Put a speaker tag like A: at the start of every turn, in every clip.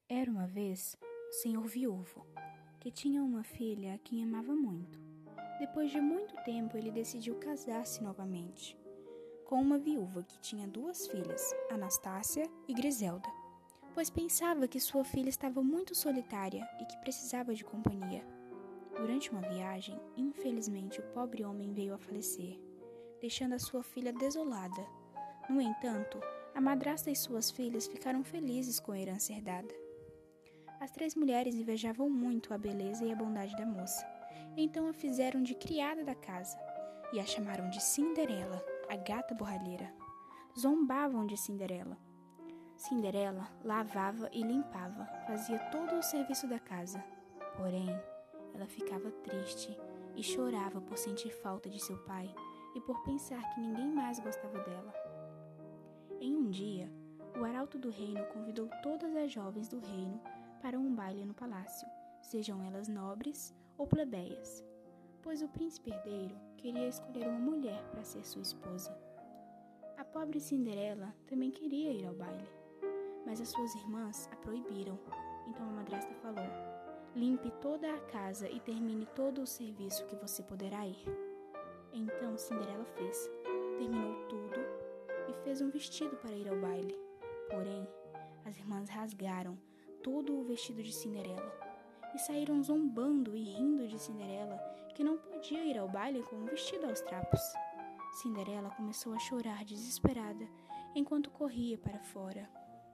A: Era uma vez um senhor viúvo, que tinha uma filha a quem amava muito. Depois de muito tempo, ele decidiu casar-se novamente, com uma viúva que tinha 2 filhas, Anastácia e Griselda, pois pensava que sua filha estava muito solitária e que precisava de companhia. Durante uma viagem, infelizmente, o pobre homem veio a falecer, deixando a sua filha desolada. No entanto, a madrasta e suas filhas ficaram felizes com a herança herdada. As 3 mulheres invejavam muito a beleza e a bondade da moça, então a fizeram de criada da casa e a chamaram de Cinderela, a gata borralheira. Zombavam de Cinderela. Cinderela lavava e limpava, fazia todo o serviço da casa. Porém, ela ficava triste e chorava por sentir falta de seu pai e por pensar que ninguém mais gostava dela. Em um dia, o arauto do reino convidou todas as jovens do reino para um baile no palácio, sejam elas nobres ou plebeias, pois o príncipe herdeiro queria escolher uma mulher para ser sua esposa. A pobre Cinderela também queria ir ao baile, mas as suas irmãs a proibiram. Então a madrasta falou: "Limpe toda a casa e termine todo o serviço que você poderá ir." Então Cinderela fez, terminou tudo e fez um vestido para ir ao baile. Porém, as irmãs rasgaram todo o vestido de Cinderela e saíram zombando e rindo de Cinderela, que não podia ir ao baile com um vestido aos trapos. Cinderela começou a chorar desesperada enquanto corria para fora.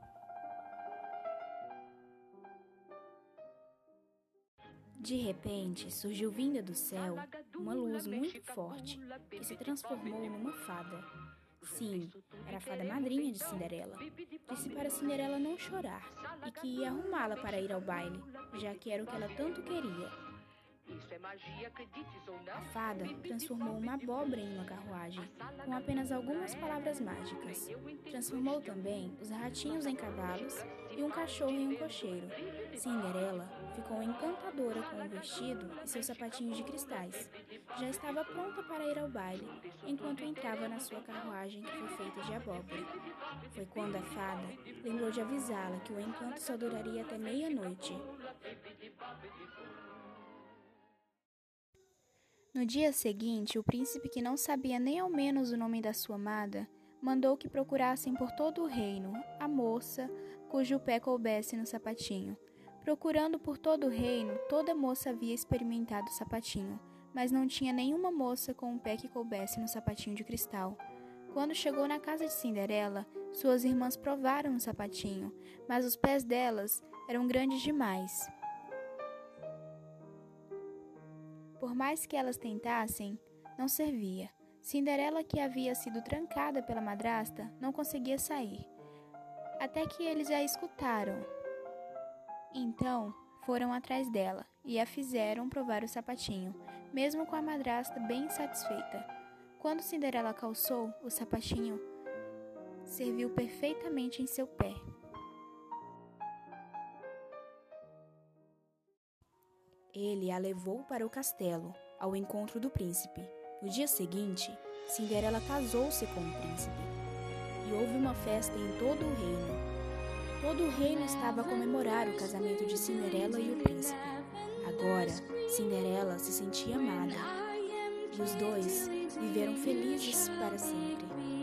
A: De repente, surgiu vinda do céu uma luz muito forte que se transformou numa fada. Sim, era a fada madrinha de Cinderela. Disse para Cinderela não chorar e que ia arrumá-la para ir ao baile, já que era o que ela tanto queria. A fada transformou uma abóbora em uma carruagem, com apenas algumas palavras mágicas. Transformou também os ratinhos em cavalos e um cachorro em um cocheiro. Cinderela ficou encantadora com o vestido e seus sapatinhos de cristais. Já estava pronta para ir ao baile, enquanto entrava na sua carruagem que foi feita de abóbora. Foi quando a fada lembrou de avisá-la que o encanto só duraria até meia-noite. No dia seguinte, o príncipe, que não sabia nem ao menos o nome da sua amada, mandou que procurassem por todo o reino a moça cujo pé coubesse no sapatinho. Procurando por todo o reino, toda moça havia experimentado o sapatinho, mas não tinha nenhuma moça com um pé que coubesse no sapatinho de cristal. Quando chegou na casa de Cinderela, suas irmãs provaram o sapatinho, mas os pés delas eram grandes demais. Por mais que elas tentassem, não servia. Cinderela, que havia sido trancada pela madrasta, não conseguia sair, até que eles a escutaram. Então, foram atrás dela e a fizeram provar o sapatinho, mesmo com a madrasta bem insatisfeita. Quando Cinderela calçou, o sapatinho serviu perfeitamente em seu pé. Ele a levou para o castelo, ao encontro do príncipe. No dia seguinte, Cinderela casou-se com o príncipe, e houve uma festa em todo o reino. Todo o reino estava a comemorar o casamento de Cinderela e o príncipe. Agora, Cinderela se sentia amada, e os dois viveram felizes para sempre.